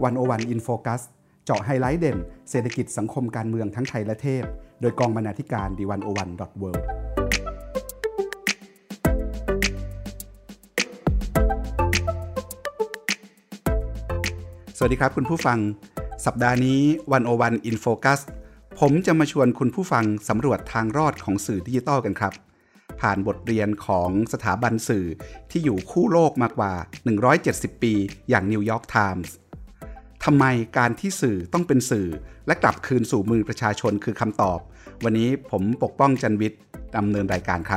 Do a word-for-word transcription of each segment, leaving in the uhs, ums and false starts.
หนึ่งศูนย์หนึ่ง In Focus เจาะไฮไลท์เด่นเศรษฐกิจสังคมการเมืองทั้งไทยและเทศโดยกองบรรณาธิการ ดี หนึ่งศูนย์หนึ่ง ดอท เวิลด์ สวัสดีครับคุณผู้ฟังสัปดาห์นี้หนึ่งศูนย์หนึ่ง In Focus ผมจะมาชวนคุณผู้ฟังสำรวจทางรอดของสื่อดิจิทัลกันครับผ่านบทเรียนของสถาบันสื่อที่อยู่คู่โลกมากว่าหนึ่งร้อยเจ็ดสิบปีอย่างนิวยอร์กไทมส์ทำไมการที่สื่อต้องเป็นสื่อและกลับคืนสู่มือประชาชนคือคำตอบวันนี้ผมปกป้องจันทร์วิทย์ดำเนินรายการครับ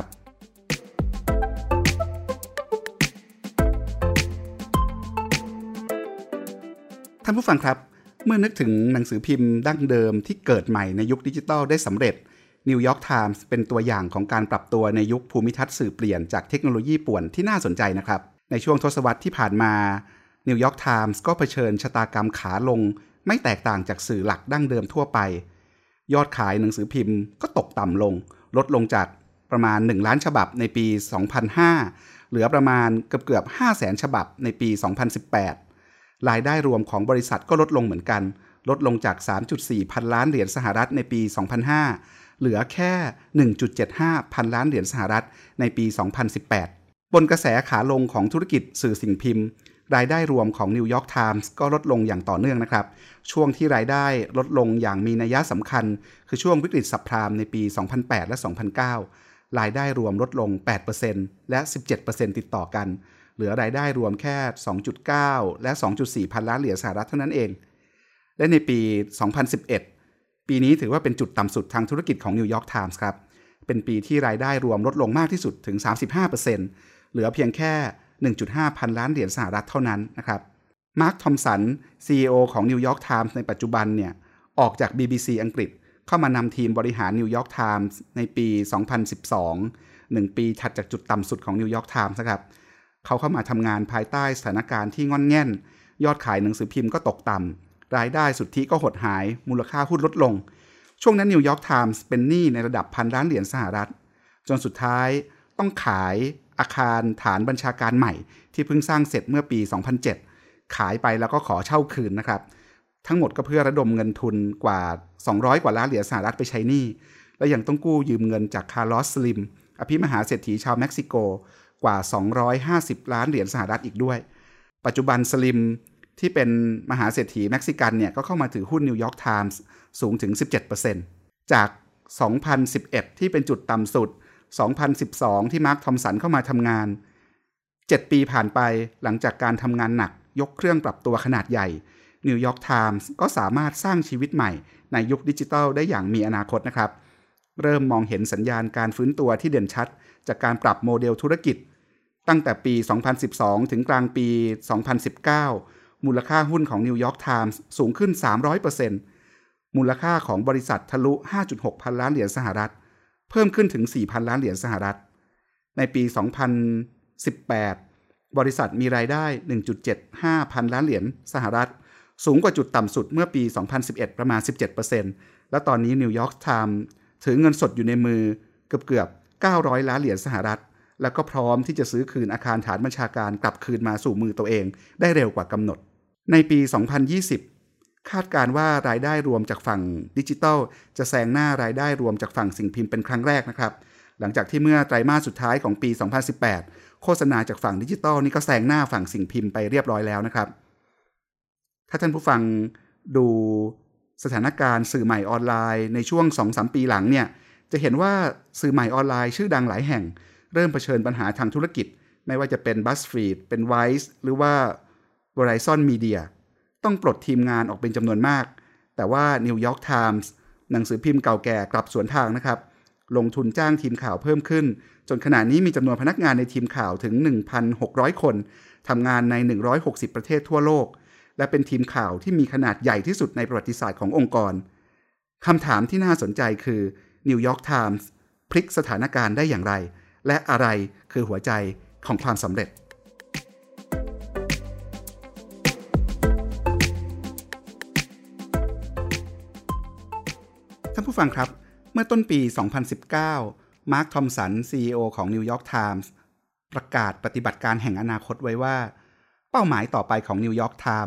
ท่านผู้ฟังครับเมื่อนึกถึงหนังสือพิมพ์ดั้งเดิมที่เกิดใหม่ในยุคดิจิทัลได้สำเร็จนิวยอร์กไทมส์เป็นตัวอย่างของการปรับตัวในยุคภูมิทัศน์สื่อเปลี่ยนจากเทคโนโลยีป่วนที่น่าสนใจนะครับในช่วงทศวรรษที่ผ่านมานิวยอร์กไทมส์ก็เผชิญชะตากรรมขาลงไม่แตกต่างจากสื่อหลักดั้งเดิมทั่วไปยอดขายหนังสือพิมพ์ก็ตกต่ำลงลดลงจากประมาณหนึ่งล้านฉบับในปีสองพันห้าเหลือประมาณเกือบๆห้าแสนฉบับในปีสองพันสิบแปดรายได้รวมของบริษัทก็ลดลงเหมือนกันลดลงจาก สามจุดสี่ พันล้านเหรียญสหรัฐในปีสองพันห้าเหลือแค่ หนึ่งจุดเจ็ดห้า พันล้านเหรียญสหรัฐในปีสองพันสิบแปดบนกระแสขาลงของธุรกิจสื่อสิ่งพิมพ์รายได้รวมของนิวยอร์กไทมส์ก็ลดลงอย่างต่อเนื่องนะครับช่วงที่รายได้ลดลงอย่างมีนัยสำคัญคือช่วงวิกฤตซับไพรม์ในปีสองพันแปดและสองพันเก้ารายได้รวมลดลง แปดเปอร์เซ็นต์ และ สิบเจ็ดเปอร์เซ็นต์ ติดต่อกันเหลือรายได้รวมแค่ สองจุดเก้า และ สองจุดสี่ พันล้านเหรียญสหรัฐเท่านั้นเองและในปีสองพันสิบเอ็ดปีนี้ถือว่าเป็นจุดต่ำสุดทางธุรกิจของนิวยอร์กไทมส์ครับเป็นปีที่รายได้รวมลดลงมากที่สุดถึง สามสิบห้าเปอร์เซ็นต์ เหลือเพียงแค่ หนึ่งจุดห้า พันล้านเหรียญสหรัฐเท่านั้นนะครับมาร์ค ทอมสัน ซี อี โอ ของนิวยอร์กไทมส์ในปัจจุบันเนี่ยออกจาก บี บี ซี อังกฤษเข้ามานำทีมบริหารนิวยอร์กไทมส์ในปีสองพันสิบสอง หนึ่งปีถัดจากจุดต่ำสุดของนิวยอร์กไทมส์นะครับเขาเข้ามาทำงานภายใต้สถานการณ์ที่ง่อนแง่นยอดขายหนังสือพิมพ์ก็ตกต่ำรายได้สุทธิก็หดหายมูลค่าหุ้นลดลงช่วงนั้นนิวยอร์กไทมส์เป็นหนี้ในระดับพันล้านเหรียญสหรัฐจนสุดท้ายต้องขายอาคารฐานบัญชาการใหม่ที่เพิ่งสร้างเสร็จเมื่อปีสองพันเจ็ดขายไปแล้วก็ขอเช่าคืนนะครับทั้งหมดก็เพื่อระดมเงินทุนกว่าสองร้อยกว่าล้านเหรียญสหรัฐไปใช้หนี้และยังต้องกู้ยืมเงินจากคาร์ลอส สลิมอภิมหาเศรษฐีชาวเม็กซิโกกว่าสองร้อยห้าสิบล้านเหรียญสหรัฐอีกด้วยปัจจุบันสลิมที่เป็นมหาเศรษฐีเม็กซิกันเนี่ยก็เข้ามาถือหุ้นนิวยอร์กไทมส์สูงถึง สิบเจ็ดเปอร์เซ็นต์ จากสองพันสิบเอ็ดที่เป็นจุดต่ำสุดสองพันสิบสองที่มาร์ค ทอมสันเข้ามาทำงานเจ็ดปีผ่านไปหลังจากการทำงานหนักยกเครื่องปรับตัวขนาดใหญ่นิวยอร์กไทมส์ก็สามารถสร้างชีวิตใหม่ในยุคดิจิทัลได้อย่างมีอนาคตนะครับเริ่มมองเห็นสัญญาณการฟื้นตัวที่เด่นชัดจากการปรับโมเดลธุรกิจตั้งแต่ปีสองพันสิบสองถึงกลางปีสองพันสิบเก้ามูลค่าหุ้นของนิวยอร์กไทมส์สูงขึ้น สามร้อยเปอร์เซ็นต์ มูลค่าของบริษัททะลุ ห้าจุดหก พันล้านเหรียญสหรัฐเพิ่มขึ้นถึง สี่พันล้านเหรียญสหรัฐในปีสองพันสิบแปดบริษัทมีรายได้ หนึ่งจุดเจ็ดห้า พันล้านเหรียญสหรัฐสูงกว่าจุดต่ำสุดเมื่อปีสองพันสิบเอ็ดประมาณ สิบเจ็ดเปอร์เซ็นต์ และตอนนี้นิวยอร์กไทมส์ถือเงินสดอยู่ในมือเกือบๆเก้าร้อยล้านเหรียญสหรัฐแล้วก็พร้อมที่จะซื้อคืนอาคารฐานบัญชาการกลับคืนมาสู่มือตัวเองได้เร็วกว่ากำหนดในปีสองพันยี่สิบคาดการว่ารายได้รวมจากฝั่งดิจิทัลจะแซงหน้ารายได้รวมจากฝั่งสิ่งพิมพ์เป็นครั้งแรกนะครับหลังจากที่เมื่อไตรมาสสุดท้ายของปีสองพันสิบแปดโฆษณาจากฝั่งดิจิทัลนี่ก็แซงหน้าฝั่งสิ่งพิมพ์ไปเรียบร้อยแล้วนะครับถ้าท่านผู้ฟังดูสถานการณ์สื่อใหม่ออนไลน์ในช่วง สองถึงสาม ปีหลังเนี่ยจะเห็นว่าสื่อใหม่ออนไลน์ชื่อดังหลายแห่งเริ่มเผชิญปัญหาทางธุรกิจไม่ว่าจะเป็น BuzzFeed เป็น Vice หรือว่า Verizon Media ต้องปลดทีมงานออกเป็นจำนวนมากแต่ว่า New York Times หนังสือพิมพ์เก่าแก่กลับสวนทางนะครับลงทุนจ้างทีมข่าวเพิ่มขึ้นจนขณะนี้มีจำนวนพนักงานในทีมข่าวถึง หนึ่งพันหกร้อย คนทำงานในหนึ่งร้อยหกสิบประเทศทั่วโลกและเป็นทีมข่าวที่มีขนาดใหญ่ที่สุดในประวัติศาสตร์ขององค์กรคำถามที่น่าสนใจคือ New York Times พลิกสถานการณ์ได้อย่างไรและอะไรคือหัวใจของความสำเร็จท่านผู้ฟังครับเมื่อต้นปีสองพันสิบเก้ามาร์ค ทอมสัน ซี อี โอ ของนิวยอร์กไทมส์ประกาศปฏิบัติการแห่งอนาคตไว้ว่าเป้าหมายต่อไปของนิวยอร์กไทมส์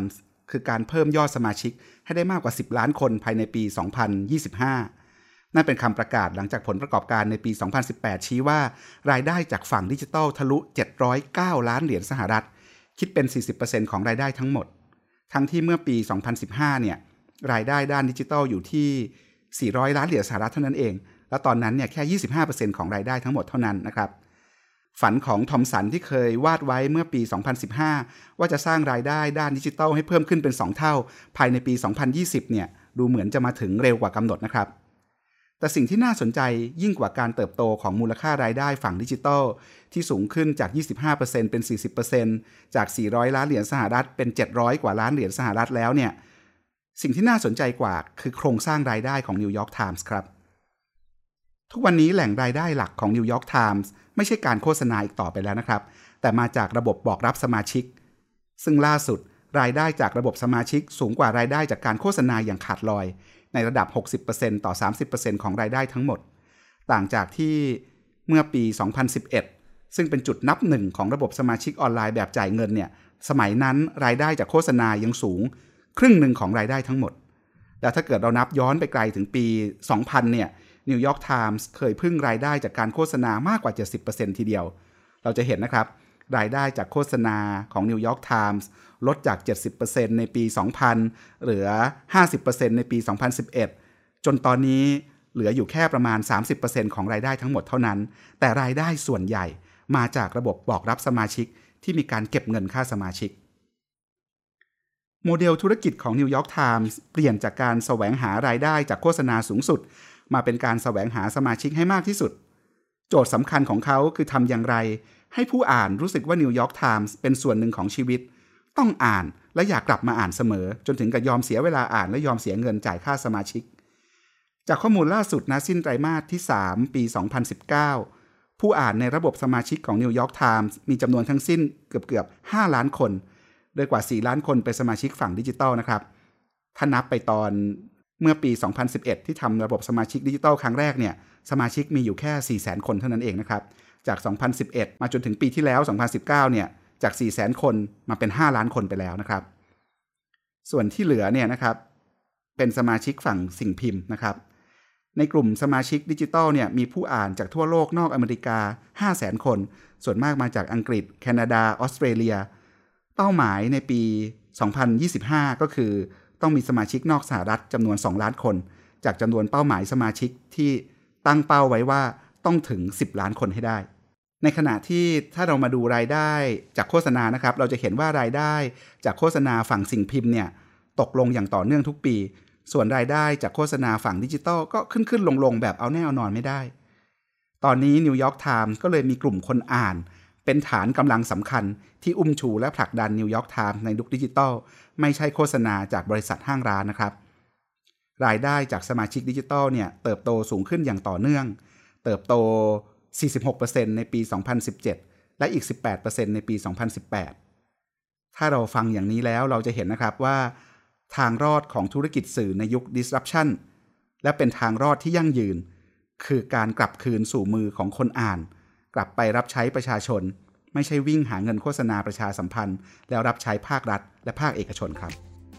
คือการเพิ่มยอดสมาชิกให้ได้มากกว่าสิบล้านคนภายในปี สองพันยี่สิบห้า นั่นเป็นคำประกาศหลังจากผลประกอบการในปี สองพันสิบแปด ชี้ว่ารายได้จากฝั่งดิจิทัลทะลุ เจ็ดร้อยเก้า ล้านเหรียญสหรัฐคิดเป็น สี่สิบเปอร์เซ็นต์ ของรายได้ทั้งหมดทั้งที่เมื่อปี สองพันสิบห้า เนี่ยรายได้ด้านดิจิทัลอยู่ที่ สี่ร้อย ล้านเหรียญสหรัฐเท่านั้นเองแล้วตอนนั้นเนี่ยแค่ ยี่สิบห้าเปอร์เซ็นต์ ของรายได้ทั้งหมดเท่านั้นนะครับฝันของทอมสันที่เคยวาดไว้เมื่อปี สองพันสิบห้า ว่าจะสร้างรายได้ด้านดิจิทัลให้เพิ่มขึ้นเป็น สอง เท่าภายในปี สองพันยี่สิบ เนี่ยดูเหมือนจะมาถึงเร็วกว่ากำหนดนะครับแต่สิ่งที่น่าสนใจยิ่งกว่าการเติบโตของมูลค่ารายได้ฝั่งดิจิทัลที่สูงขึ้นจาก ยี่สิบห้าเปอร์เซ็นต์ เป็น สี่สิบเปอร์เซ็นต์ จาก สี่ร้อย ล้านเหรียญสหรัฐเป็น เจ็ดร้อย กว่าล้านเหรียญสหรัฐแล้วเนี่ยสิ่งที่น่าสนใจกว่าคือโครงสร้างรายได้ของ New York Times ครับทุกวันนี้แหล่งรายได้หลักของ New York Times ไม่ใช่การโฆษณาอีกต่อไปแล้วนะครับแต่มาจากระบบบอกรับสมาชิกซึ่งล่าสุดรายได้จากระบบสมาชิกสูงกว่ารายได้จากการโฆษณาอย่างขาดลอยในระดับ หกสิบเปอร์เซ็นต์ ต่อ สามสิบเปอร์เซ็นต์ ของรายได้ทั้งหมดต่างจากที่เมื่อปี สองพันสิบเอ็ด ซึ่งเป็นจุดนับหนึ่งของระบบสมาชิกออนไลน์แบบจ่ายเงินเนี่ยสมัยนั้นรายได้จากโฆษณายังสูงครึ่งหนึ่งของรายได้ทั้งหมดแล้วถ้าเกิดเรานับย้อนไปไกลถึงปี สองพัน เนี่ย New York Times เคยพึ่งรายได้จากการโฆษณามากกว่า เจ็ดสิบเปอร์เซ็นต์ ทีเดียวเราจะเห็นนะครับรายได้จากโฆษณาของ New York Times ลดจาก เจ็ดสิบเปอร์เซ็นต์ ในปี สองพัน เหลือ ห้าสิบเปอร์เซ็นต์ ในปี สองพันสิบเอ็ด จนตอนนี้เหลืออยู่แค่ประมาณ สามสิบเปอร์เซ็นต์ ของรายได้ทั้งหมดเท่านั้นแต่รายได้ส่วนใหญ่มาจากระบบบอกรับสมาชิกที่มีการเก็บเงินค่าสมาชิกโมเดลธุรกิจของ New York Times เปลี่ยนจากการแสวงหารายได้จากโฆษณาสูงสุดมาเป็นการแสวงหาสมาชิกให้มากที่สุดโจทย์สำคัญของเขาคือทำอย่างไรให้ผู้อ่านรู้สึกว่า New York Times เป็นส่วนหนึ่งของชีวิตต้องอ่านและอยากกลับมาอ่านเสมอจนถึงกับยอมเสียเวลาอ่านและยอมเสียเงินจ่ายค่าสมาชิกจากข้อมูลล่าสุดณสิ้นไตรมาสที่ สาม ปี สองพันสิบเก้า ผู้อ่านในระบบสมาชิกของ New York Times มีจำนวนทั้งสิ้นเกือบๆ ห้า ล้านคนโดยกว่า สี่ ล้านคนเป็นสมาชิกฝั่งดิจิทัลนะครับถ้านับไปตอนเมื่อปี สองพันสิบเอ็ด ที่ทำระบบสมาชิกดิจิทัลครั้งแรกเนี่ยสมาชิกมีอยู่แค่ สี่แสน คนเท่านั้นเองนะครับจาก สองพันสิบเอ็ด มาจนถึงปีที่แล้ว สองพันสิบเก้า เนี่ยจาก สี่แสน คนมาเป็น ห้า ล้านคนไปแล้วนะครับส่วนที่เหลือเนี่ยนะครับเป็นสมาชิกฝั่งสิ่งพิมพ์นะครับในกลุ่มสมาชิกดิจิทัลเนี่ยมีผู้อ่านจากทั่วโลกนอกอเมริกา ห้าแสน คนส่วนมากมาจากอังกฤษแคนาดาออสเตรเลียเป้าหมายในปี สองพันยี่สิบห้า ก็คือต้องมีสมาชิกนอกสหรัฐจำนวน สอง ล้านคนจากจำนวนเป้าหมายสมาชิกที่ตั้งเป้าไว้ว่าต้องถึง สิบ ล้านคนให้ได้ในขณะที่ถ้าเรามาดูรายได้จากโฆษณานะครับเราจะเห็นว่ารายได้จากโฆษณาฝั่งสิ่งพิมพ์เนี่ยตกลงอย่างต่อเนื่องทุกปีส่วนรายได้จากโฆษณาฝั่งดิจิทัลก็ขึ้นขึ้นลงลงแบบเอาแน่เอานอนไม่ได้ตอนนี้ New York Times ก็เลยมีกลุ่มคนอ่านเป็นฐานกำลังสำคัญที่อุ้มชูและผลักดัน New York Times ในยุคดิจิทัลไม่ใช่โฆษณาจากบริษัทห้างร้านนะครับรายได้จากสมาชิกดิจิทัลเนี่ยเติบโตสูงขึ้นอย่างต่อเนื่องเติบโต สี่สิบหกเปอร์เซ็นต์ ในปี สองพันสิบเจ็ด และอีก สิบแปดเปอร์เซ็นต์ ในปี สองพันสิบแปด ถ้าเราฟังอย่างนี้แล้วเราจะเห็นนะครับว่าทางรอดของธุรกิจสื่อในยุค disruption และเป็นทางรอดที่ยั่งยืนคือการกลับคืนสู่มือของคนอ่านกลับไปรับใช้ประชาชนไม่ใช่วิ่งหาเงินโฆษณาประชาสัมพันธ์แล้วรับใช้ภาครัฐและภาคเอกชนครับ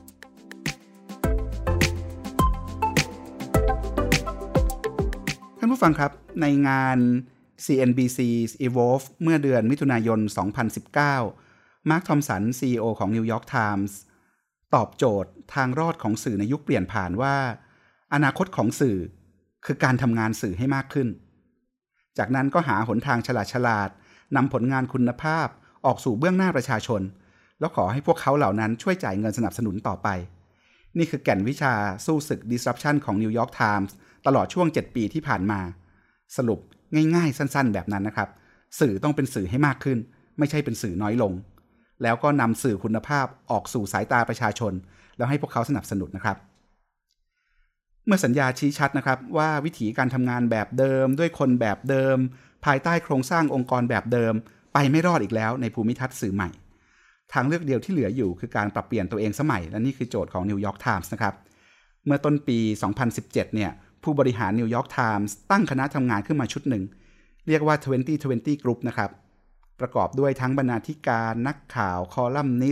ท่านผู้ฟังครับในงาน ซี เอ็น บี ซี Evolve เมื่อเดือนมิถุนายน สองพันสิบเก้า มาร์ค ทอมสัน ซี อี โอ ของ New York Times ตอบโจทย์ทางรอดของสื่อในยุคเปลี่ยนผ่านว่าอนาคตของสื่อคือการทำงานสื่อให้มากขึ้นจากนั้นก็หาหนทางฉลาดฉลาดนำผลงานคุณภาพออกสู่เบื้องหน้าประชาชนแล้วขอให้พวกเขาเหล่านั้นช่วยจ่ายเงินสนับสนุนต่อไปนี่คือแก่นวิชาสู้ศึก disruption ของ New York Times ตลอดช่วงเจ็ดปีที่ผ่านมาสรุปง่ายๆสั้นๆแบบนั้นนะครับสื่อต้องเป็นสื่อให้มากขึ้นไม่ใช่เป็นสื่อน้อยลงแล้วก็นำสื่อคุณภาพออกสู่สายตาประชาชนแล้วให้พวกเขาสนับสนุนนะครับเมื่อสัญญาชี้ชัดนะครับว่าวิธีการทำงานแบบเดิมด้วยคนแบบเดิมภายใต้โครงสร้างองค์กรแบบเดิมไปไม่รอดอีกแล้วในภูมิทัศน์สื่อใหม่ทางเลือกเดียวที่เหลืออยู่คือการปรับเปลี่ยนตัวเองสมัยและนี่คือโจทย์ของ New York Times นะครับเมื่อต้นปี สองพันสิบเจ็ด เนี่ยผู้บริหาร New York Times ตั้งคณะทำงานขึ้นมาชุดหนึ่งเรียกว่า ยี่สิบ ยี่สิบ Group นะครับประกอบด้วยทั้งบรรณาธิการนักข่าวคอลัมนิสต์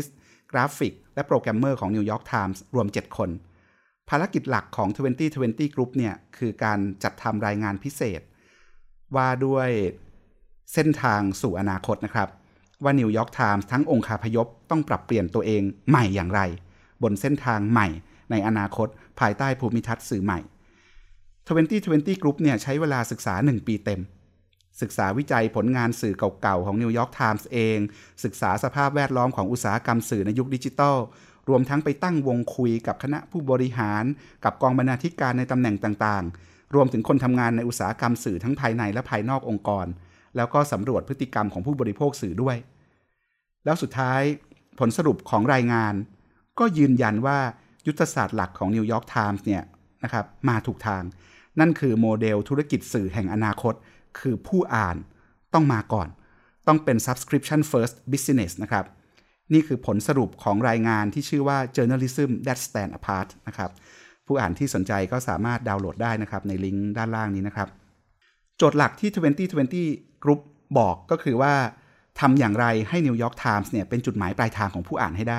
กราฟิกและโปรแกรมเมอร์ของ New York Times รวมเจ็ดคนภารกิจหลักของยี่สิบยี่สิบ Group เนี่ยคือการจัดทำรายงานพิเศษว่าด้วยเส้นทางสู่อนาคตนะครับว่า New York Times ทั้งองค์คาพยพต้องปรับเปลี่ยนตัวเองใหม่อย่างไรบนเส้นทางใหม่ในอนาคตภายใต้ภูมิทัศน์สื่อใหม่ยี่สิบยี่สิบ Group เนี่ยใช้เวลาศึกษาหนึ่งปีเต็มศึกษาวิจัยผลงานสื่อเก่าๆของ New York Times เองศึกษาสภาพแวดล้อมของอุตสาหกรรมสื่อในยุคดิจิทัลรวมทั้งไปตั้งวงคุยกับคณะผู้บริหารกับกองบรรณาธิการในตำแหน่งต่างๆรวมถึงคนทำงานในอุตสาหกรรมสื่อทั้งภายในและภายนอกองค์กรแล้วก็สำรวจพฤติกรรมของผู้บริโภคสื่อด้วยแล้วสุดท้ายผลสรุปของรายงานก็ยืนยันว่ายุทธศาสตร์หลักของ New York Times เนี่ยนะครับมาถูกทางนั่นคือโมเดลธุรกิจสื่อแห่งอนาคตคือผู้อ่านต้องมาก่อนต้องเป็น subscription first business นะครับนี่คือผลสรุปของรายงานที่ชื่อว่า Journalism That Stand Apart นะครับผู้อ่านที่สนใจก็สามารถดาวน์โหลดได้นะครับในลิงก์ด้านล่างนี้นะครับโจทย์หลักที่ยี่สิบยี่สิบ Group บอกก็คือว่าทำอย่างไรให้ New York Times เนี่ยเป็นจุดหมายปลายทางของผู้อ่านให้ได้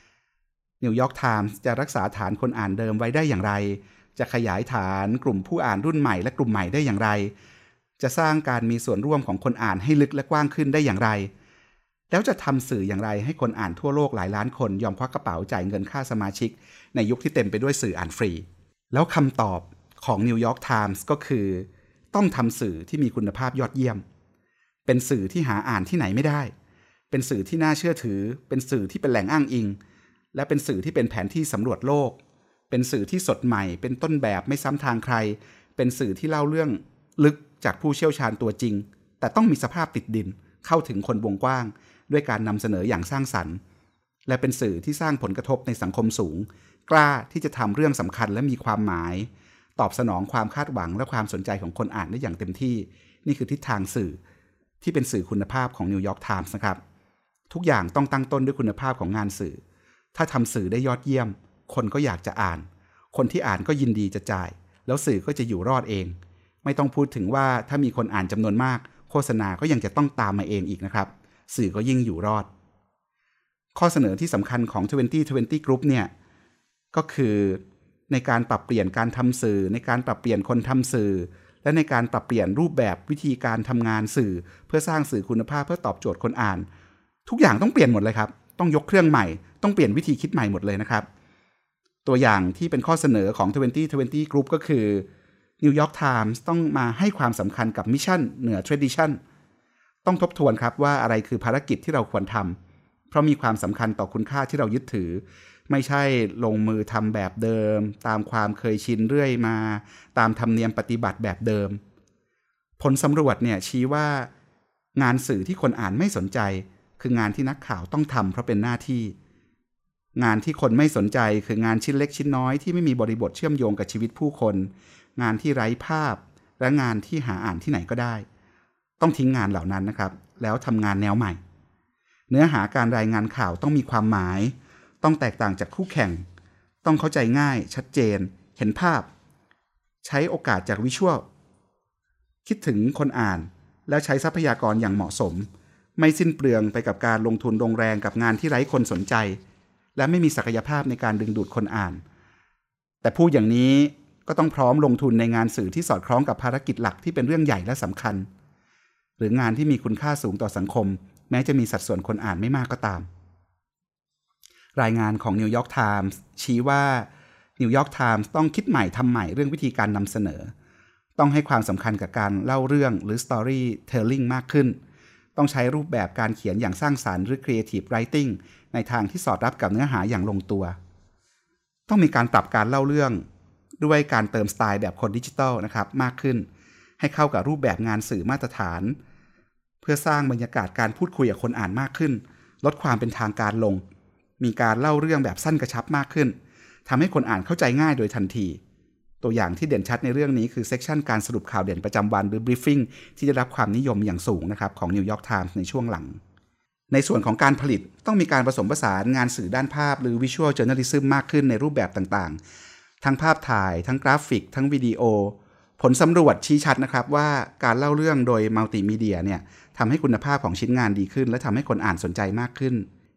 New York Times จะรักษาฐานคนอ่านเดิมไว้ได้อย่างไรจะขยายฐานกลุ่มผู้อ่านรุ่นใหม่และกลุ่มใหม่ได้อย่างไรจะสร้างการมีส่วนร่วมของคนอ่านให้ลึกและกว้างขึ้นได้อย่างไรแล้วจะทำสื่ออย่างไรให้คนอ่านทั่วโลกหลายล้านคนยอมควักกระเป๋าจ่ายเงินค่าสมาชิกในยุคที่เต็มไปด้วยสื่ออ่านฟรีแล้วคำตอบของ New York Times ก็คือต้องทำสื่อที่มีคุณภาพยอดเยี่ยมเป็นสื่อที่หาอ่านที่ไหนไม่ได้เป็นสื่อที่น่าเชื่อถือเป็นสื่อที่เป็นแหล่งอ้างอิงและเป็นสื่อที่เป็นแผนที่สำรวจโลกเป็นสื่อที่สดใหม่เป็นต้นแบบไม่ซ้ำทางใครเป็นสื่อที่เล่าเรื่องลึกจากผู้เชี่ยวชาญตัวจริงแต่ต้องมีสภาพติดดินเข้าถึงคนวงกว้างด้วยการนำเสนออย่างสร้างสรรค์และเป็นสื่อที่สร้างผลกระทบในสังคมสูงกล้าที่จะทำเรื่องสำคัญและมีความหมายตอบสนองความคาดหวังและความสนใจของคนอ่านได้อย่างเต็มที่นี่คือทิศทางสื่อที่เป็นสื่อคุณภาพของ New York Times นะครับทุกอย่างต้องตั้งต้นด้วยคุณภาพของงานสื่อถ้าทำสื่อได้ยอดเยี่ยมคนก็อยากจะอ่านคนที่อ่านก็ยินดีจะจ่ายแล้วสื่อก็จะอยู่รอดเองไม่ต้องพูดถึงว่าถ้ามีคนอ่านจำนวนมากโฆษณาก็ยังจะต้องตามมาเองอีกนะครับสื่อก็ยิ่งอยู่รอดข้อเสนอที่สำคัญของยี่สิบยี่สิบ Group เนี่ยก็คือในการปรับเปลี่ยนการทำสื่อในการปรับเปลี่ยนคนทำสื่อและในการปรับเปลี่ยนรูปแบบวิธีการทำงานสื่อเพื่อสร้างสื่อคุณภาพเพื่อตอบโจทย์คนอ่านทุกอย่างต้องเปลี่ยนหมดเลยครับต้องยกเครื่องใหม่ต้องเปลี่ยนวิธีคิดใหม่หมดเลยนะครับตัวอย่างที่เป็นข้อเสนอของยี่สิบยี่สิบ Group ก็คือ New York Times ต้องมาให้ความสำคัญกับมิชชั่นเหนือ tradition ต้องทบทวนครับว่าอะไรคือภารกิจที่เราควรทำเพราะมีความสำคัญต่อคุณค่าที่เรายึดถือไม่ใช่ลงมือทำแบบเดิมตามความเคยชินเรื่อยมาตามธรรมเนียมปฏิบัติแบบเดิมผลสำรวจเนี่ยชี้ว่างานสื่อที่คนอ่านไม่สนใจคืองานที่นักข่าวต้องทำเพราะเป็นหน้าที่งานที่คนไม่สนใจคืองานชิ้นเล็กชิ้นน้อยที่ไม่มีบริบทเชื่อมโยงกับชีวิตผู้คนงานที่ไร้ภาพและงานที่หาอ่านที่ไหนก็ได้ต้องทิ้งงานเหล่านั้นนะครับแล้วทำงานแนวใหม่เนื้อหาการรายงานข่าวต้องมีความหมายต้องแตกต่างจากคู่แข่งต้องเข้าใจง่ายชัดเจนเห็นภาพใช้โอกาสจากวิชวลคิดถึงคนอ่านแล้วใช้ทรัพยากรอย่างเหมาะสมไม่สิ้นเปลืองไปกับการลงทุนลงแรงกับงานที่ไร้คนสนใจและไม่มีศักยภาพในการดึงดูดคนอ่านแต่พูดอย่างนี้ก็ต้องพร้อมลงทุนในงานสื่อที่สอดคล้องกับภารกิจหลักที่เป็นเรื่องใหญ่และสำคัญหรืองานที่มีคุณค่าสูงต่อสังคมแม้จะมีสัดส่วนคนอ่านไม่มากก็ตามรายงานของ New York Times ชี้ว่า New York Times ต้องคิดใหม่ทำใหม่เรื่องวิธีการนำเสนอต้องให้ความสำคัญกับการเล่าเรื่องหรือ storytelling มากขึ้นต้องใช้รูปแบบการเขียนอย่างสร้างสรรค์หรือ creative writing ในทางที่สอดรับกับเนื้อหาอย่างลงตัวต้องมีการปรับการเล่าเรื่องด้วยการเติมสไตล์แบบคนดิจิทัลนะครับมากขึ้นให้เข้ากับรูปแบบงานสื่อมาตรฐานเพื่อสร้างบรรยากาศการพูดคุยกับคนอ่านมากขึ้นลดความเป็นทางการลงมีการเล่าเรื่องแบบสั้นกระชับมากขึ้นทำให้คนอ่านเข้าใจง่ายโดยทันทีตัวอย่างที่เด่นชัดในเรื่องนี้คือเซกชันการสรุปข่าวเด่นประจำวันหรือ briefing ที่ได้รับความนิยมอย่างสูงนะครับของ New York Times ในช่วงหลังในส่วนของการผลิตต้องมีการผสมผสานงานสื่อด้านภาพหรือ visual journalism มากขึ้นในรูปแบบต่างๆทั้งภาพถ่ายทั้งกราฟิกทั้งวิดีโอผลสำรวจชี้ชัดนะครับว่าการเล่าเรื่องโดยมัลติมีเดียเนี่ยทำให้คุณภาพของชิ้นงานดีขึ้นและทำให้คนอ่านสนใจมากขึ้น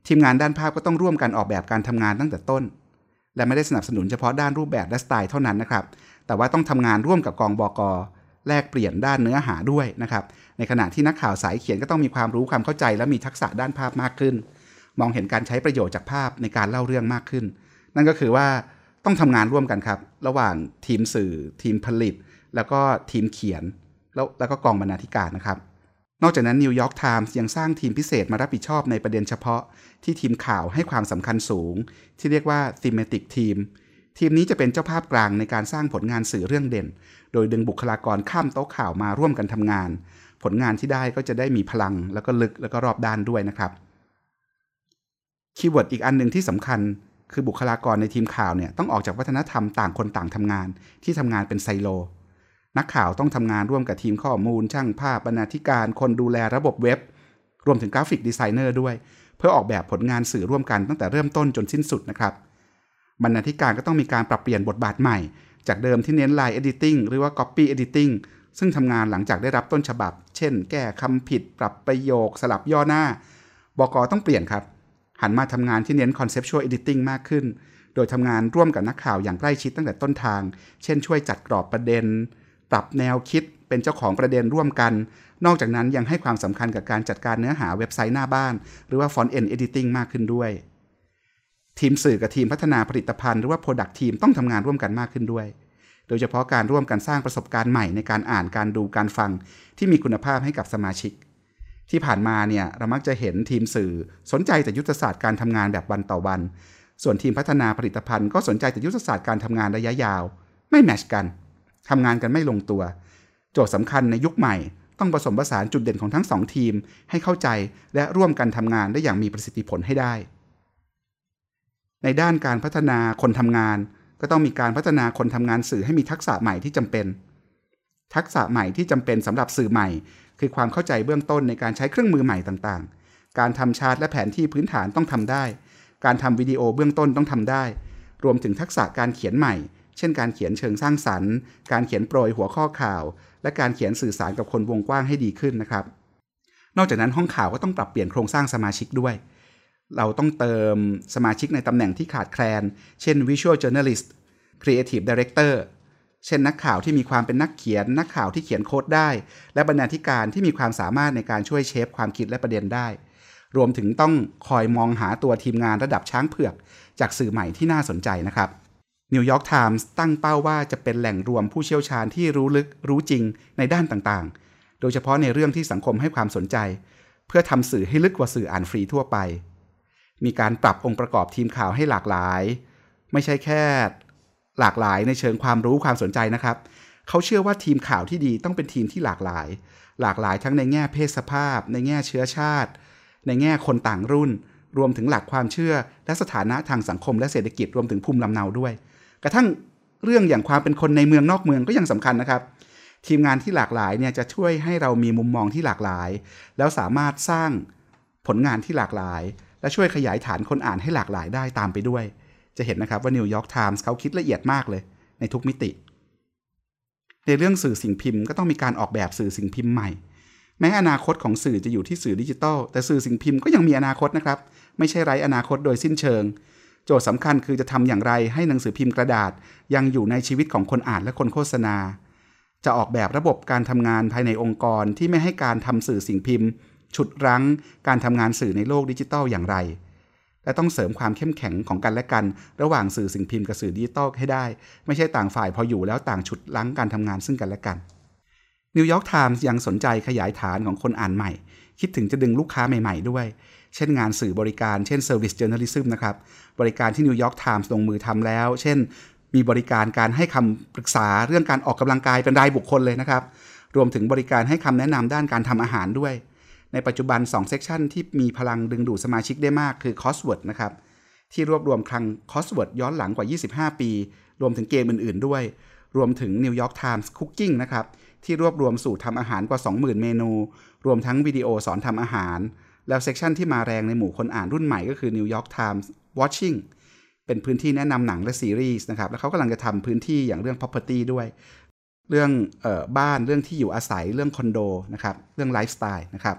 ทีมงานด้านภาพก็ต้องร่วมกันออกแบบการทำงานตั้งแต่ต้นและไม่ได้สนับสนุนเฉพาะด้านรูปแบบและสไตล์เท่านั้นนะครับแต่ว่าต้องทำงานร่วมกับกองบก.แลกเปลี่ยนด้านเนื้อหาด้วยนะครับในขณะที่นักข่าวสายเขียนก็ต้องมีความรู้ความเข้าใจและมีทักษะด้านภาพมากขึ้นมองเห็นการใช้ประโยชน์จากภาพในการเล่าเรื่องมากขึ้นนั่นก็คือว่าต้องทำงานร่วมกันครับระหว่างทีมสื่อทีมผลิตแล้วก็ทีมเขียนแล้วแล้วก็กองบรรณาธิการนะครับนอกจากนั้นนิวยอร์กไทมส์ยังสร้างทีมพิเศษมารับผิดชอบในประเด็นเฉพาะที่ทีมข่าวให้ความสำคัญสูงที่เรียกว่า thematic team ทีมนี้จะเป็นเจ้าภาพกลางในการสร้างผลงานสื่อเรื่องเด่นโดยดึงบุคลากรข้ามโต๊ะข่าวมาร่วมกันทำงานผลงานที่ได้ก็จะได้มีพลังแล้วก็ลึกแล้วก็รอบด้านด้วยนะครับคีย์เวิร์ดอีกอันนึงที่สำคัญคือบุคลากรในทีมข่าวเนี่ยต้องออกจากวัฒนธรรมต่างคนต่างทำงานที่ทำงานเป็นไซโลนักข่าวต้องทำงานร่วมกับทีมข้อมูลช่างภาพบรรณาธิการคนดูแลระบบเว็บรวมถึงกราฟิกดีไซเนอร์ด้วยเพื่อออกแบบผลงานสื่อร่วมกันตั้งแต่เริ่มต้นจนสิ้นสุดนะครับบรรณาธิการก็ต้องมีการปรับเปลี่ยนบทบาทใหม่จากเดิมที่เน้น Line Editing หรือว่า Copy Editing ซึ่งทำงานหลังจากได้รับต้นฉบับเช่นแก้คำผิดปรับประโยคสลับย่อหน้าบก.ต้องเปลี่ยนครับหันมาทำงานที่เน้น Conceptual Editing มากขึ้นโดยทำงานร่วมกับนักข่าวอย่างใกล้ชิดตั้งแต่ต้นทางเช่นช่วยจัดกรอบประเด็นปรับแนวคิดเป็นเจ้าของประเด็นร่วมกันนอกจากนั้นยังให้ความสำคัญกับการจัดการเนื้อหาเว็บไซต์หน้าบ้านหรือว่า Front End Editing มากขึ้นด้วยทีมสื่อกับทีมพัฒนาผลิตภัณฑ์หรือว่า Product Team ต้องทำงานร่วมกันมากขึ้นด้วยโดยเฉพาะการร่วมกันสร้างประสบการณ์ใหม่ในการอ่านการดูการฟังที่มีคุณภาพให้กับสมาชิกที่ผ่านมาเนี่ยเรามักจะเห็นทีมสื่อสนใจแต่ยุทธศาสตร์การทำงานแบบวันต่อวันส่วนทีมพัฒนาผลิตภัณฑ์ก็สนใจแต่ยุทธศาสตร์การทำงานระยะยาวไม่แมทช์กันทำงานกันไม่ลงตัวโจทย์สำคัญในยุคใหม่ต้องผสมผสานจุดเด่นของทั้งสองทีมให้เข้าใจและร่วมกันทำงานได้อย่างมีประสิทธิผลให้ได้ในด้านการพัฒนาคนทำงานก็ต้องมีการพัฒนาคนทำงานสื่อให้มีทักษะใหม่ที่จำเป็นทักษะใหม่ที่จำเป็นสำหรับสื่อใหม่คือความเข้าใจเบื้องต้นในการใช้เครื่องมือใหม่ต่างๆการทำชาร์ตและแผนที่พื้นฐานต้องทำได้การทำวิดีโอเบื้องต้นต้องทำได้รวมถึงทักษะการเขียนใหม่เช่นการเขียนเชิงสร้างสรรค์การเขียนโปรยหัวข้อข่าวและการเขียนสื่อสารกับคนวงกว้างให้ดีขึ้นนะครับนอกจากนั้นห้องข่าวก็ต้องปรับเปลี่ยนโครงสร้างสมาชิกด้วยเราต้องเติมสมาชิกในตำแหน่งที่ขาดแคลนเช่น Visual Journalist Creative Director เช่นนักข่าวที่มีความเป็นนักเขียนนักข่าวที่เขียนโค้ดได้และบรรณาธิการที่มีความสามารถในการช่วยเชฟความคิดและประเด็นได้รวมถึงต้องคอยมองหาตัวทีมงานระดับช้างเผือกจากสื่อใหม่ที่น่าสนใจนะครับนิวยอร์กไทมส์ตั้งเป้าว่าจะเป็นแหล่งรวมผู้เชี่ยวชาญที่รู้ลึกรู้จริงในด้านต่างๆโดยเฉพาะในเรื่องที่สังคมให้ความสนใจเพื่อทำสื่อให้ลึกกว่าสื่ออ่านฟรีทั่วไปมีการปรับองค์ประกอบทีมข่าวให้หลากหลายไม่ใช่แค่หลากหลายในเชิงความรู้ความสนใจนะครับเขาเชื่อว่าทีมข่าวที่ดีต้องเป็นทีมที่หลากหลายหลากหลายทั้งในแง่เพศสภาพในแง่เชื้อชาติในแง่คนต่างรุ่นรวมถึงหลักความเชื่อและสถานะทางสังคมและเศรษฐกิจรวมถึงภูมิลำเนาด้วยกระทั่งเรื่องอย่างความเป็นคนในเมืองนอกเมืองก็ยังสำคัญนะครับทีมงานที่หลากหลายเนี่ยจะช่วยให้เรามีมุมมองที่หลากหลายแล้วสามารถสร้างผลงานที่หลากหลายและช่วยขยายฐานคนอ่านให้หลากหลายได้ตามไปด้วยจะเห็นนะครับว่านิวยอร์กไทมส์เขาคิดละเอียดมากเลยในทุกมิติในเรื่องสื่อสิ่งพิมพ์ก็ต้องมีการออกแบบสื่อสิ่งพิมพ์ใหม่แม้อนาคตของสื่อจะอยู่ที่สื่อดิจิทัลแต่สื่อสิ่งพิมพ์ก็ยังมีอนาคตนะครับไม่ใช่ไร้อนาคตโดยสิ้นเชิงโจทย์สำคัญคือจะทำอย่างไรให้หนังสือพิมพ์กระดาษยังอยู่ในชีวิตของคนอ่านและคนโฆษณาจะออกแบบระบบการทำงานภายในองค์กรที่ไม่ให้การทำสื่อสิ่งพิมพ์ฉุดรั้งการทำงานสื่อในโลกดิจิทัลอย่างไรและต้องเสริมความเข้มแข็งของกันและกันระหว่างสื่อสิ่งพิมพ์กับสื่อดิจิทัลให้ได้ไม่ใช่ต่างฝ่ายพออยู่แล้วต่างฉุดรั้งการทำงานซึ่งกันและกันนิวยอร์กไทมส์ยังสนใจขยายฐานของคนอ่านใหม่คิดถึงจะดึงลูกค้าใหม่ๆด้วยเช่นงานสื่อบริการเช่น Service Journalism นะครับบริการที่นิวยอร์กไทมส์ลงมือทำแล้วเช่นมีบริการการให้คำปรึกษาเรื่องการออกกำลังกายเป็นรายบุคคลเลยนะครับรวมถึงบริการให้คำแนะนำด้านการทำอาหารด้วยในปัจจุบันสองเซกชันที่มีพลังดึงดูดสมาชิกได้มากคือ Crossword นะครับที่รวบรวมคลัง Crossword ย้อนหลังกว่ายี่สิบห้าปีรวมถึงเกมอื่นๆด้วยรวมถึง New York Times Cooking นะครับที่รวบรวมสูตรทำอาหารกว่า สองหมื่น เมนูรวมทั้งวิดีโอสอนทำอาหารแล้วเซกชันที่มาแรงในหมู่คนอ่านรุ่นใหม่ก็คือ New York Times Watching เป็นพื้นที่แนะนำหนังและซีรีส์นะครับแล้วเขากำลังจะทำพื้นที่อย่างเรื่อง property ด้วยเรื่องเอ่อบ้านเรื่องที่อยู่อาศัยเรื่องคอนโดนะครับเรื่องไลฟ์สไตล์นะครับ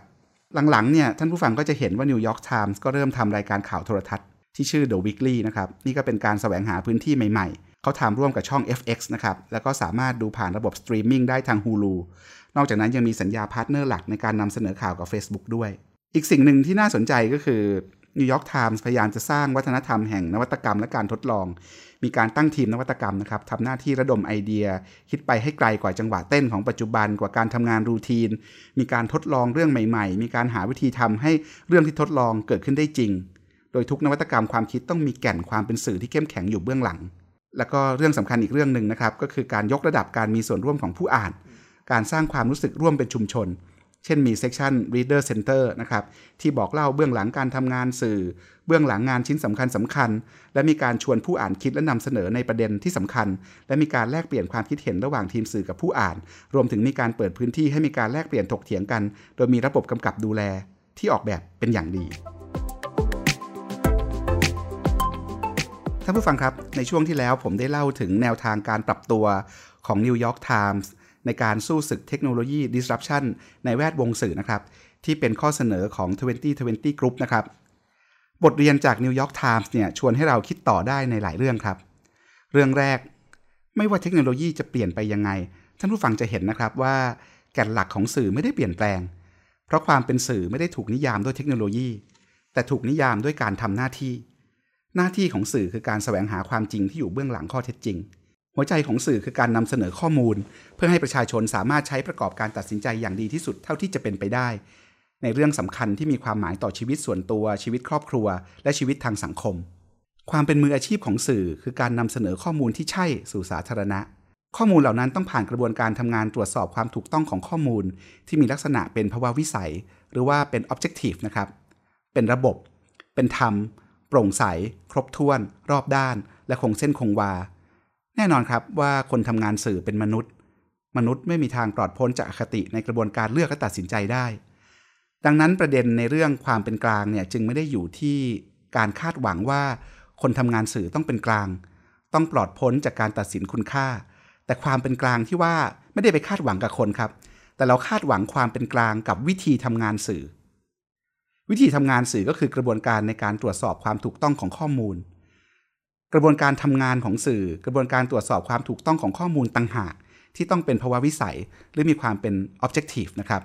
หลังๆเนี่ยท่านผู้ฟังก็จะเห็นว่านิวยอร์กไทมส์ก็เริ่มทำรายการข่าวโทรทัศน์ที่ชื่อ The Weekly นะครับนี่ก็เป็นการแสวงหาพื้นที่ใหม่ๆเขาทำร่วมกับช่อง เอฟ เอ็กซ์ นะครับแล้วก็สามารถดูผ่านระบบสตรีมมิ่งได้ทาง Hulu นอกจากนั้นยังมีสัญญาพาร์ทเนอร์หลักในการนำเสนอข่าวกับ Facebook ด้วยอีกสิ่งหนึ่งที่น่าสนใจก็คือนิวยอร์กไทมส์พยายามจะสร้างวัฒนธรรมแห่งนวัตกรรมและการทดลองมีการตั้งทีมนวัตกรรมนะครับทำหน้าที่ระดมไอเดียคิดไปให้ไกลกว่าจังหวะเต้นของปัจจุบันกว่าการทำงานรูทีนมีการทดลองเรื่องใหม่ๆมีการหาวิธีทำให้เรื่องที่ทดลองเกิดขึ้นได้จริงโดยทุกนวัตกรรมความคิดต้องมีแก่นความเป็นสื่อที่เข้มแข็งอยู่เบื้องหลังแล้วก็เรื่องสำคัญอีกเรื่องนึงนะครับก็คือการยกระดับการมีส่วนร่วมของผู้อ่านการสร้างความรู้สึกร่วมเป็นชุมชนเช่นมีเซกชัน Reader Center นะครับที่บอกเล่าเบื้องหลังการทำงานสื่อเบื้องหลังงานชิ้นสำคัญสำคัญและมีการชวนผู้อ่านคิดและนำเสนอในประเด็นที่สำคัญและมีการแลกเปลี่ยนความคิดเห็นระหว่างทีมสื่อกับผู้อ่านรวมถึงมีการเปิดพื้นที่ให้มีการแลกเปลี่ยนถกเถียงกันโดยมีระบบกำกับดูแลที่ออกแบบเป็นอย่างดีท่านผู้ฟังครับในช่วงที่แล้วผมได้เล่าถึงแนวทางการปรับตัวของ New York Timesในการสู้ศึกเทคโนโลยี disruption ในแวดวงสื่อนะครับที่เป็นข้อเสนอของยี่สิบยี่สิบ Group นะครับบทเรียนจาก New York Times เนี่ยชวนให้เราคิดต่อได้ในหลายเรื่องครับเรื่องแรกไม่ว่าเทคโนโลยีจะเปลี่ยนไปยังไงท่านผู้ฟังจะเห็นนะครับว่าแก่นหลักของสื่อไม่ได้เปลี่ยนแปลงเพราะความเป็นสื่อไม่ได้ถูกนิยามด้วยเทคโนโลยีแต่ถูกนิยามด้วยการทำหน้าที่หน้าที่ของสื่อคือการแสวงหาความจริงที่อยู่เบื้องหลังข้อเท็จจริงหัวใจของสื่อคือการนำเสนอข้อมูลเพื่อให้ประชาชนสามารถใช้ประกอบการตัดสินใจอย่างดีที่สุดเท่าที่จะเป็นไปได้ในเรื่องสำคัญที่มีความหมายต่อชีวิตส่วนตัวชีวิตครอบครัวและชีวิตทางสังคมความเป็นมืออาชีพของสื่อคือการนำเสนอข้อมูลที่ใช่สู่สาธารณะข้อมูลเหล่านั้นต้องผ่านกระบวนการทำงานตรวจสอบความถูกต้องของข้อมูลที่มีลักษณะเป็นภาวะวิสัยหรือว่าเป็น objective นะครับเป็นระบบเป็นธรรมโปร่งใสครบถ้วนรอบด้านและคงเส้นคงวาแน่นอนครับว่าคนทำงานสื่อเป็นมนุษย์มนุษย์ไม่มีทางปลอดพ้นจากอคติในกระบวนการเลือกและตัดสินใจได้ดังนั้นประเด็นในเรื่องความเป็นกลางเนี่ยจึงไม่ได้อยู่ที่การคาดหวังว่าคนทำงานสื่อต้องเป็นกลางต้องปลอดพ้นจากการตัดสินคุณค่าแต่ความเป็นกลางที่ว่าไม่ได้ไปคาดหวังกับคนครับแต่เราคาดหวังความเป็นกลางกับวิธีทำงานสื่อวิธีทำงานสื่อก็คือกระบวนการในการตรวจสอบความถูกต้องของข้อมูลกระบวนการทำงานของสื่อกระบวนการตรวจสอบความถูกต้องของข้อมูลต่างหากที่ต้องเป็นภาวะวิสัยหรือมีความเป็น objective นะครับ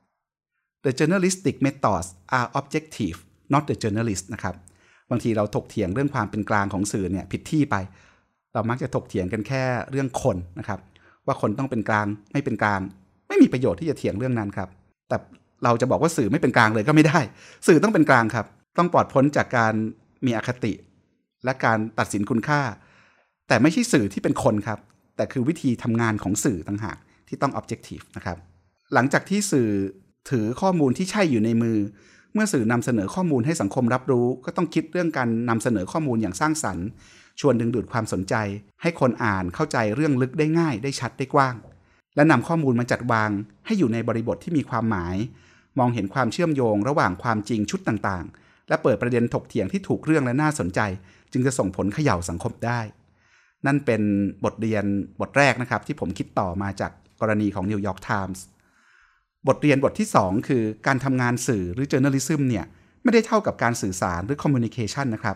The journalistic methods are objective not the journalist นะครับบางทีเราถกเถียงเรื่องความเป็นกลางของสื่อเนี่ยผิดที่ไปเรามักจะถกเถียงกันแค่เรื่องคนนะครับว่าคนต้องเป็นกลางไม่เป็นกลางไม่มีประโยชน์ที่จะเถียงเรื่องนั้นครับแต่เราจะบอกว่าสื่อไม่เป็นกลางเลยก็ไม่ได้สื่อต้องเป็นกลางครับต้องปลอดพ้นจากการมีอคติและการตัดสินคุณค่าแต่ไม่ใช่สื่อที่เป็นคนครับแต่คือวิธีทำงานของสื่อต่างหากที่ต้อง objective นะครับหลังจากที่สื่อถือข้อมูลที่ใช่อยู่ในมือเมื่อสื่อนำเสนอข้อมูลให้สังคมรับรู้ก็ต้องคิดเรื่องการนำเสนอข้อมูลอย่างสร้างสรรค์ชวนดึงดูดความสนใจให้คนอ่านเข้าใจเรื่องลึกได้ง่ายได้ชัดได้กว้างและนำข้อมูลมาจัดวางให้อยู่ในบริบทที่มีความหมายมองเห็นความเชื่อมโยงระหว่างความจริงชุดต่างๆและเปิดประเด็นถกเถียงที่ถูกเรื่องและน่าสนใจจึงจะส่งผลเขย่าสังคมได้นั่นเป็นบทเรียนบทแรกนะครับที่ผมคิดต่อมาจากกรณีของ New York Times บทเรียนบทที่สองคือการทำงานสื่อหรือ journalism เนี่ยไม่ได้เท่ากับการสื่อสารหรือ communication นะครับ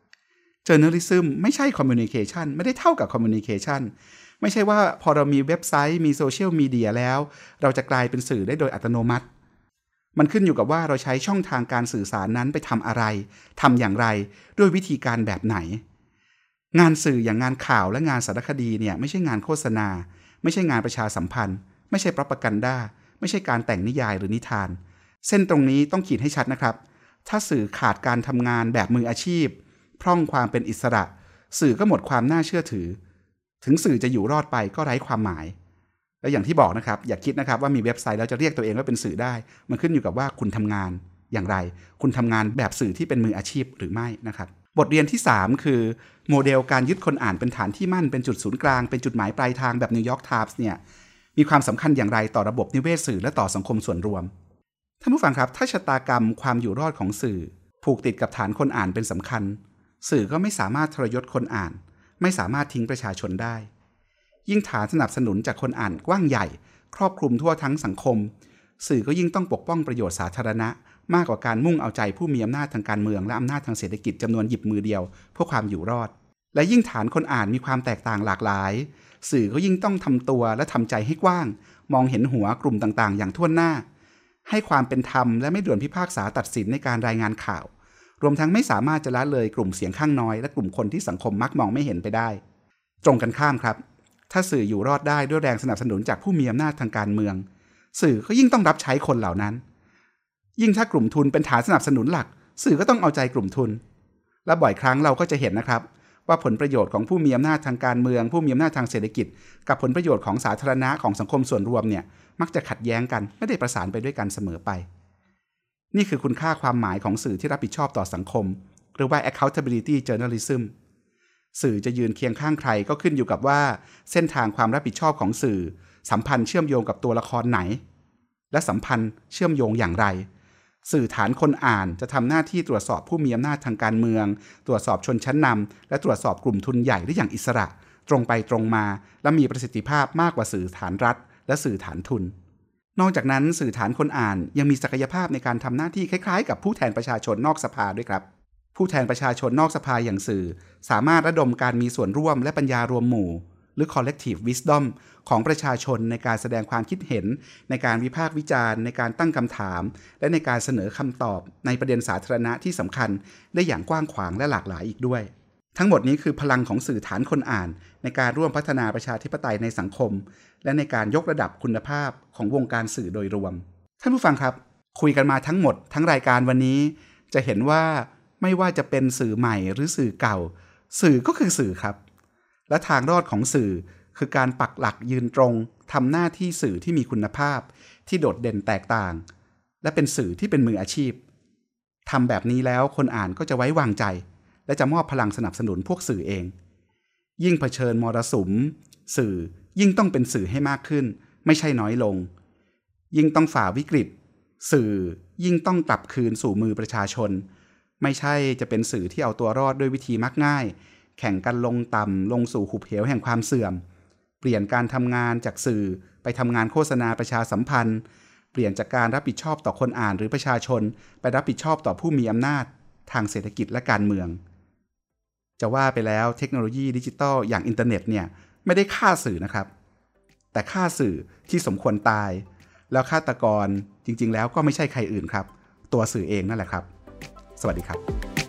journalism ไม่ใช่ communication ไม่ได้เท่ากับ communication ไม่ใช่ว่าพอเรามีเว็บไซต์มีโซเชียลมีเดียแล้วเราจะกลายเป็นสื่อได้โดยอัตโนมัติมันขึ้นอยู่กับว่าเราใช้ช่องทางการสื่อสารนั้นไปทำอะไรทำอย่างไรด้วยวิธีการแบบไหนงานสื่ออย่างงานข่าวและงานสารคดีเนี่ยไม่ใช่งานโฆษณาไม่ใช่งานประชาสัมพันธ์ไม่ใช่ propaganda ไม่ใช่การแต่งนิยายหรือนิทานเส้นตรงนี้ต้องขีดให้ชัดนะครับถ้าสื่อขาดการทำงานแบบมืออาชีพพร่องความเป็นอิสระสื่อก็หมดความน่าเชื่อถือถึงสื่อจะอยู่รอดไปก็ไร้ความหมายและอย่างที่บอกนะครับอย่าคิดนะครับว่ามีเว็บไซต์แล้วจะเรียกตัวเองว่าเป็นสื่อได้มันขึ้นอยู่กับว่าคุณทำงานอย่างไรคุณทำงานแบบสื่อที่เป็นมืออาชีพหรือไม่นะครับบทเรียนที่สามคือโมเดลการยึดคนอ่านเป็นฐานที่มั่นเป็นจุดศูนย์กลางเป็นจุดหมายปลายทางแบบ New York Times เนี่ยมีความสำคัญอย่างไรต่อระบบนิเวศสื่อและต่อสังคมส่วนรวมท่านผู้ฟังครับถ้าชะตากรรมความอยู่รอดของสื่อผูกติดกับฐานคนอ่านเป็นสำคัญสื่อก็ไม่สามารถทรยศคนอ่านไม่สามารถทิ้งประชาชนได้ยิ่งฐานสนับสนุนจากคนอ่านกว้างใหญ่ครอบคลุมทั่วทั้งสังคมสื่อก็ยิ่งต้องปกป้องประโยชน์สาธารณะมากกว่าการมุ่งเอาใจผู้มีอำนาจทางการเมืองและอำนาจทางเศรษฐกิจจำนวนหยิบมือเดียวเพื่อความอยู่รอดและยิ่งฐานคนอ่านมีความแตกต่างหลากหลายสื่อก็ยิ่งต้องทำตัวและทำใจให้กว้างมองเห็นหัวกลุ่มต่างๆอย่างทั่วหน้าให้ความเป็นธรรมและไม่ด่วนพิพากษาตัดสินในการรายงานข่าวรวมทั้งไม่สามารถจะละเลยกลุ่มเสียงข้างน้อยและกลุ่มคนที่สังคมมักมองไม่เห็นไปได้ตรงกันข้ามครับถ้าสื่ออยู่รอดได้ด้วยแรงสนับสนุนจากผู้มีอำนาจทางการเมืองสื่อก็ยิ่งต้องรับใช้คนเหล่านั้นยิ่งถ้ากลุ่มทุนเป็นฐานสนับสนุนหลักสื่อก็ต้องเอาใจกลุ่มทุนและบ่อยครั้งเราก็จะเห็นนะครับว่าผลประโยชน์ของผู้มีอำนาจทางการเมืองผู้มีอำนาจทางเศรษฐกิจกับผลประโยชน์ของสาธารณะของสังคมส่วนรวมเนี่ยมักจะขัดแย้งกันไม่ได้ประสานไปด้วยกันเสมอไปนี่คือคุณค่าความหมายของสื่อที่รับผิดชอบต่อสังคมหรือว่า accountability journalism สื่อจะยืนเคียงข้างใครก็ขึ้นอยู่กับว่าเส้นทางความรับผิดชอบของสื่อสัมพันธ์เชื่อมโยงกับตัวละครไหนและสัมพันธ์เชื่อมโยงอย่างไรสื่อฐานคนอ่านจะทำหน้าที่ตรวจสอบผู้มีอำนาจทางการเมืองตรวจสอบชนชั้นนำและตรวจสอบกลุ่มทุนใหญ่ได้อย่างอิสระตรงไปตรงมาและมีประสิทธิภาพมากกว่าสื่อฐานรัฐและสื่อฐานทุนนอกจากนั้นสื่อฐานคนอ่านยังมีศักยภาพในการทำหน้าที่คล้ายๆกับผู้แทนประชาชนนอกสภาด้วยครับผู้แทนประชาชนนอกสภาอย่างสื่อสามารถระดมการมีส่วนร่วมและปัญญารวมหมู่หรือ collective wisdom ของประชาชนในการแสดงความคิดเห็นในการวิพากษ์วิจารณ์ในการตั้งคำถามและในการเสนอคำตอบในประเด็นสาธารณะที่สำคัญได้อย่างกว้างขวางและหลากหลายอีกด้วยทั้งหมดนี้คือพลังของสื่อฐานคนอ่านในการร่วมพัฒนาประชาธิปไตยในสังคมและในการยกระดับคุณภาพของวงการสื่อโดยรวมท่านผู้ฟังครับคุยกันมาทั้งหมดทั้งรายการวันนี้จะเห็นว่าไม่ว่าจะเป็นสื่อใหม่หรือสื่อเก่าสื่อก็คือสื่อครับและทางรอดของสื่อคือการปักหลักยืนตรงทำหน้าที่สื่อที่มีคุณภาพที่โดดเด่นแตกต่างและเป็นสื่อที่เป็นมืออาชีพทำแบบนี้แล้วคนอ่านก็จะไว้วางใจและจะมอบพลังสนับสนุนพวกสื่อเองยิ่งเผชิญมรสุมสื่อยิ่งต้องเป็นสื่อให้มากขึ้นไม่ใช่น้อยลงยิ่งต้องฝ่าวิกฤตสื่อยิ่งต้องกลับคืนสู่มือประชาชนไม่ใช่จะเป็นสื่อที่เอาตัวรอดด้วยวิธีมักง่ายแข่งกันลงต่ำลงสู่หุบเหวแห่งความเสื่อมเปลี่ยนการทำงานจากสื่อไปทำงานโฆษณาประชาสัมพันธ์เปลี่ยนจากการรับผิดชอบต่อคนอ่านหรือประชาชนไปรับผิดชอบต่อผู้มีอำนาจทางเศรษฐกิจและการเมืองจะว่าไปแล้วเทคโนโลยีดิจิทัลอย่างอินเทอร์เน็ตเนี่ยไม่ได้ฆ่าสื่อนะครับแต่ฆ่าสื่อที่สมควรตายแล้วฆาตกรจริงๆแล้วก็ไม่ใช่ใครอื่นครับตัวสื่อเองนั่นแหละครับสวัสดีครับ